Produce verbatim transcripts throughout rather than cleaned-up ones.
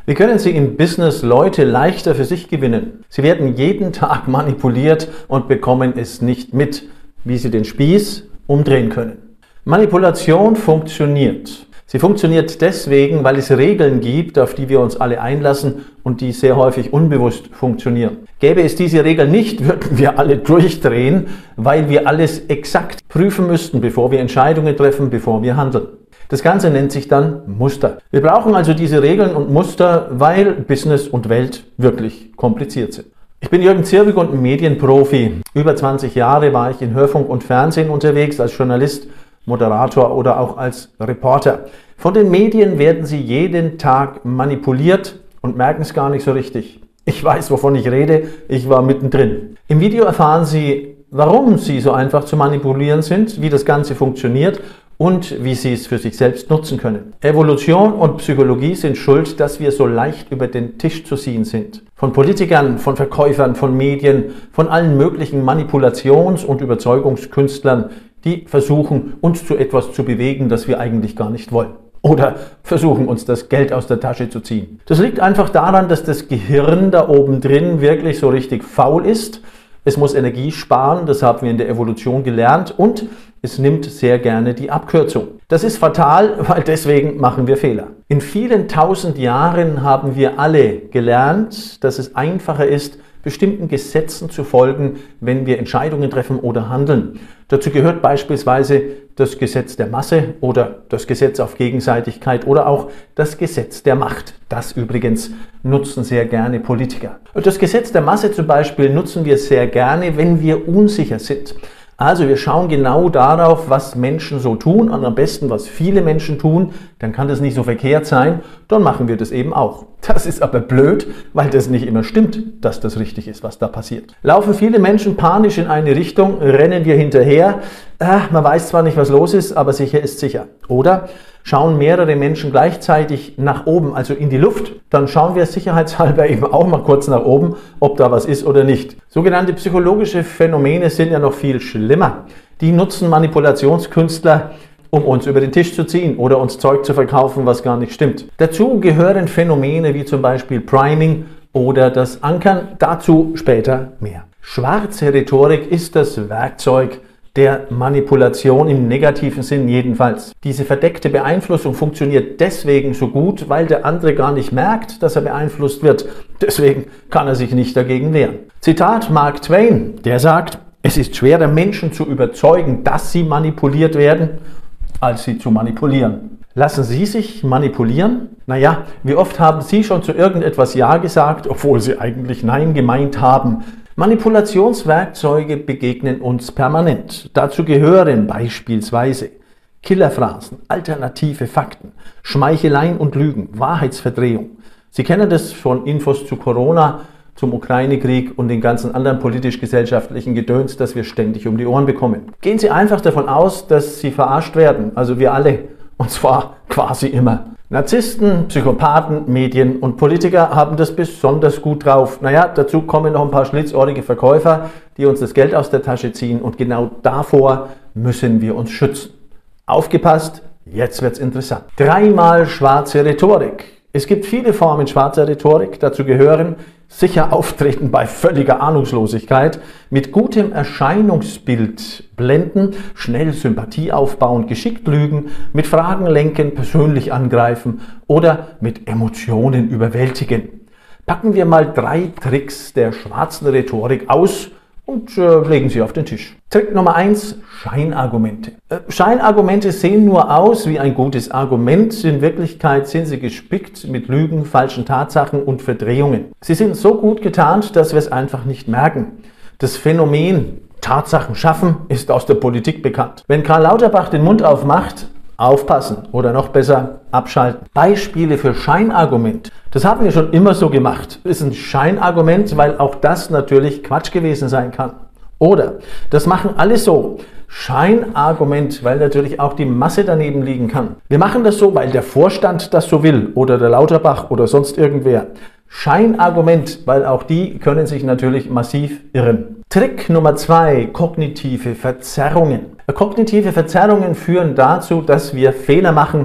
Wie können Sie im Business Leute leichter für sich gewinnen? Sie werden jeden Tag manipuliert und bekommen es nicht mit, wie Sie den Spieß umdrehen können. Manipulation funktioniert. Sie funktioniert deswegen, weil es Regeln gibt, auf die wir uns alle einlassen und die sehr häufig unbewusst funktionieren. Gäbe es diese Regeln nicht, würden wir alle durchdrehen, weil wir alles exakt prüfen müssten, bevor wir Entscheidungen treffen, bevor wir handeln. Das Ganze nennt sich dann Muster. Wir brauchen also diese Regeln und Muster, weil Business und Welt wirklich kompliziert sind. Ich bin Jürgen Zierwig und Medienprofi. Über zwanzig Jahre war ich in Hörfunk und Fernsehen unterwegs als Journalist, Moderator oder auch als Reporter. Von den Medien werden Sie jeden Tag manipuliert und merken es gar nicht so richtig. Ich weiß, wovon ich rede, ich war mittendrin. Im Video erfahren Sie, warum Sie so einfach zu manipulieren sind, wie das Ganze funktioniert und wie Sie es für sich selbst nutzen können. Evolution und Psychologie sind schuld, dass wir so leicht über den Tisch zu ziehen sind. Von Politikern, von Verkäufern, von Medien, von allen möglichen Manipulations- und Überzeugungskünstlern, die versuchen, uns zu etwas zu bewegen, das wir eigentlich gar nicht wollen. Oder versuchen, uns das Geld aus der Tasche zu ziehen. Das liegt einfach daran, dass das Gehirn da oben drin wirklich so richtig faul ist. Es muss Energie sparen, das haben wir in der Evolution gelernt, und es nimmt sehr gerne die Abkürzung. Das ist fatal, weil deswegen machen wir Fehler. In vielen tausend Jahren haben wir alle gelernt, dass es einfacher ist, bestimmten Gesetzen zu folgen, wenn wir Entscheidungen treffen oder handeln. Dazu gehört beispielsweise das Gesetz der Masse oder das Gesetz auf Gegenseitigkeit oder auch das Gesetz der Macht. Das übrigens nutzen sehr gerne Politiker. Und das Gesetz der Masse zum Beispiel nutzen wir sehr gerne, wenn wir unsicher sind. Also wir schauen genau darauf, was Menschen so tun und am besten, was viele Menschen tun, dann kann das nicht so verkehrt sein, dann machen wir das eben auch. Das ist aber blöd, weil das nicht immer stimmt, dass das richtig ist, was da passiert. Laufen viele Menschen panisch in eine Richtung, rennen wir hinterher, ah, man weiß zwar nicht, was los ist, aber sicher ist sicher. Oder schauen mehrere Menschen gleichzeitig nach oben, also in die Luft, dann schauen wir sicherheitshalber eben auch mal kurz nach oben, ob da was ist oder nicht. Sogenannte psychologische Phänomene sind ja noch viel schlimmer. Die nutzen Manipulationskünstler, um uns über den Tisch zu ziehen oder uns Zeug zu verkaufen, was gar nicht stimmt. Dazu gehören Phänomene wie zum Beispiel Priming oder das Ankern, dazu später mehr. Schwarze Rhetorik ist das Werkzeug der Manipulation im negativen Sinn jedenfalls. Diese verdeckte Beeinflussung funktioniert deswegen so gut, weil der andere gar nicht merkt, dass er beeinflusst wird. Deswegen kann er sich nicht dagegen wehren. Zitat Mark Twain, der sagt, es ist schwerer, Menschen zu überzeugen, dass sie manipuliert werden, als sie zu manipulieren. Lassen Sie sich manipulieren? Naja, wie oft haben Sie schon zu irgendetwas Ja gesagt, obwohl Sie eigentlich Nein gemeint haben? Manipulationswerkzeuge begegnen uns permanent. Dazu gehören beispielsweise Killerphrasen, alternative Fakten, Schmeicheleien und Lügen, Wahrheitsverdrehung. Sie kennen das von Infos zu Corona, zum Ukraine-Krieg und den ganzen anderen politisch-gesellschaftlichen Gedöns, das wir ständig um die Ohren bekommen. Gehen Sie einfach davon aus, dass Sie verarscht werden, also wir alle, und zwar quasi immer. Narzissten, Psychopathen, Medien und Politiker haben das besonders gut drauf. Naja, dazu kommen noch ein paar schlitzohrige Verkäufer, die uns das Geld aus der Tasche ziehen, und genau davor müssen wir uns schützen. Aufgepasst, jetzt wird's interessant. Dreimal schwarze Rhetorik. Es gibt viele Formen schwarzer Rhetorik, dazu gehören sicher auftreten bei völliger Ahnungslosigkeit, mit gutem Erscheinungsbild blenden, schnell Sympathie aufbauen, geschickt lügen, mit Fragen lenken, persönlich angreifen oder mit Emotionen überwältigen. Packen wir mal drei Tricks der schwarzen Rhetorik aus und äh, legen sie auf den Tisch. Trick Nummer eins, Scheinargumente. Äh, Scheinargumente sehen nur aus wie ein gutes Argument. In Wirklichkeit sind sie gespickt mit Lügen, falschen Tatsachen und Verdrehungen. Sie sind so gut getarnt, dass wir es einfach nicht merken. Das Phänomen Tatsachen schaffen ist aus der Politik bekannt. Wenn Karl Lauterbach den Mund aufmacht, aufpassen oder noch besser abschalten. Beispiele für Scheinargument. Das haben wir schon immer so gemacht. Das ist ein Scheinargument, weil auch das natürlich Quatsch gewesen sein kann. Oder, das machen alle so. Scheinargument, weil natürlich auch die Masse daneben liegen kann. Wir machen das so, weil der Vorstand das so will oder der Lauterbach oder sonst irgendwer. Scheinargument, weil auch die können sich natürlich massiv irren. Trick Nummer zwei, kognitive Verzerrungen. Kognitive Verzerrungen führen dazu, dass wir Fehler machen,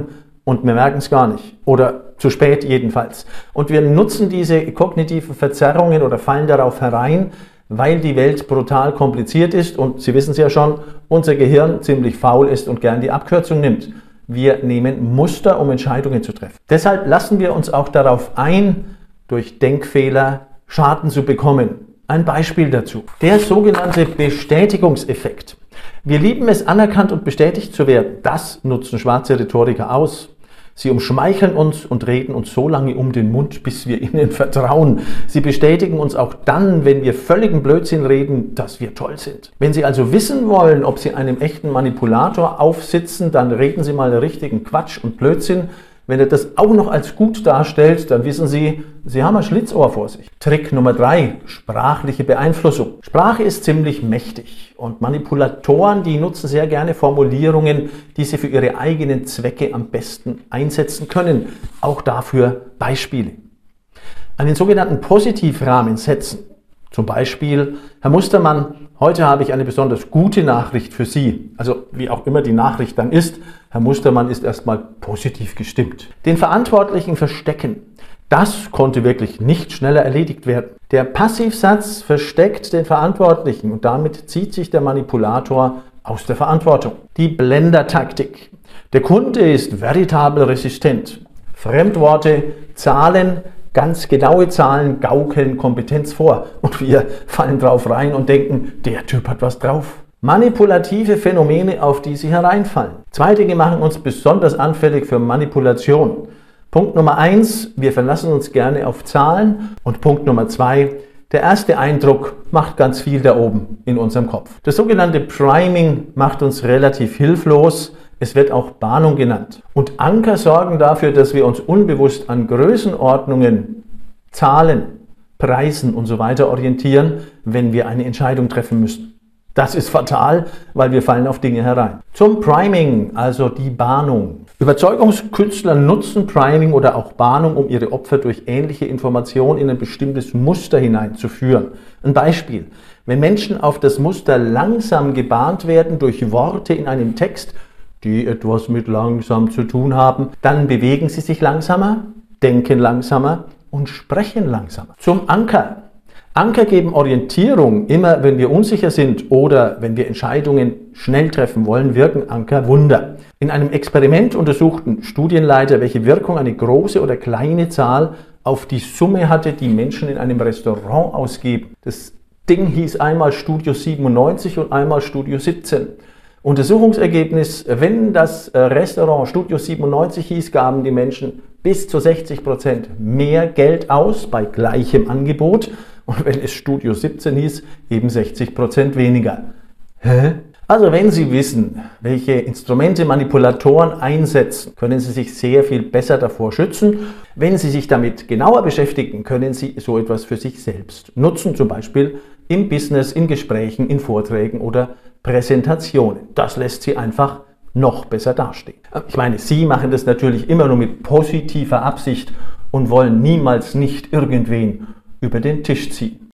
und wir merken es gar nicht oder zu spät jedenfalls. Und wir nutzen diese kognitiven Verzerrungen oder fallen darauf herein, weil die Welt brutal kompliziert ist und Sie wissen es ja schon, unser Gehirn ziemlich faul ist und gern die Abkürzung nimmt. Wir nehmen Muster, um Entscheidungen zu treffen. Deshalb lassen wir uns auch darauf ein, durch Denkfehler Schaden zu bekommen. Ein Beispiel dazu. Der sogenannte Bestätigungseffekt. Wir lieben es, anerkannt und bestätigt zu werden. Das nutzen schwarze Rhetoriker aus. Sie umschmeicheln uns und reden uns so lange um den Mund, bis wir ihnen vertrauen. Sie bestätigen uns auch dann, wenn wir völligen Blödsinn reden, dass wir toll sind. Wenn Sie also wissen wollen, ob Sie einem echten Manipulator aufsitzen, dann reden Sie mal richtigen Quatsch und Blödsinn. Wenn er das auch noch als gut darstellt, dann wissen Sie, Sie haben ein Schlitzohr vor sich. Trick Nummer drei, sprachliche Beeinflussung. Sprache ist ziemlich mächtig und Manipulatoren, die nutzen sehr gerne Formulierungen, die sie für ihre eigenen Zwecke am besten einsetzen können. Auch dafür Beispiele. Einen sogenannten Positivrahmen setzen. Zum Beispiel, Herr Mustermann, heute habe ich eine besonders gute Nachricht für Sie. Also wie auch immer die Nachricht dann ist, Herr Mustermann ist erstmal positiv gestimmt. Den Verantwortlichen verstecken. Das konnte wirklich nicht schneller erledigt werden. Der Passivsatz versteckt den Verantwortlichen und damit zieht sich der Manipulator aus der Verantwortung. Die Blendertaktik. Der Kunde ist veritabel resistent. Fremdworte, Zahlen, ganz genaue Zahlen gaukeln Kompetenz vor und wir fallen drauf rein und denken, der Typ hat was drauf. Manipulative Phänomene, auf die Sie hereinfallen. Zwei Dinge machen uns besonders anfällig für Manipulation. Punkt Nummer eins, wir verlassen uns gerne auf Zahlen und Punkt Nummer zwei, der erste Eindruck macht ganz viel da oben in unserem Kopf. Das sogenannte Priming macht uns relativ hilflos. Es wird auch Bahnung genannt. Und Anker sorgen dafür, dass wir uns unbewusst an Größenordnungen, Zahlen, Preisen und so weiter orientieren, wenn wir eine Entscheidung treffen müssen. Das ist fatal, weil wir fallen auf Dinge herein. Zum Priming, also die Bahnung. Überzeugungskünstler nutzen Priming oder auch Bahnung, um ihre Opfer durch ähnliche Informationen in ein bestimmtes Muster hineinzuführen. Ein Beispiel. Wenn Menschen auf das Muster langsam gebahnt werden durch Worte in einem Text, die etwas mit langsam zu tun haben, dann bewegen sie sich langsamer, denken langsamer und sprechen langsamer. Zum Anker. Anker geben Orientierung. Immer wenn wir unsicher sind oder wenn wir Entscheidungen schnell treffen wollen, wirken Anker Wunder. In einem Experiment untersuchten Studienleiter, welche Wirkung eine große oder kleine Zahl auf die Summe hatte, die Menschen in einem Restaurant ausgeben. Das Ding hieß einmal Studio siebenundneunzig und einmal Studio siebzehn. Untersuchungsergebnis, wenn das Restaurant Studio siebenundneunzig hieß, gaben die Menschen bis zu sechzig Prozent mehr Geld aus bei gleichem Angebot und wenn es Studio siebzehn hieß, eben sechzig Prozent weniger. Hä? Also wenn Sie wissen, welche Instrumente Manipulatoren einsetzen, können Sie sich sehr viel besser davor schützen. Wenn Sie sich damit genauer beschäftigen, können Sie so etwas für sich selbst nutzen, zum Beispiel im Business, in Gesprächen, in Vorträgen oder Präsentationen. Das lässt Sie einfach noch besser dastehen. Ich meine, Sie machen das natürlich immer nur mit positiver Absicht und wollen niemals nicht irgendwen über den Tisch ziehen.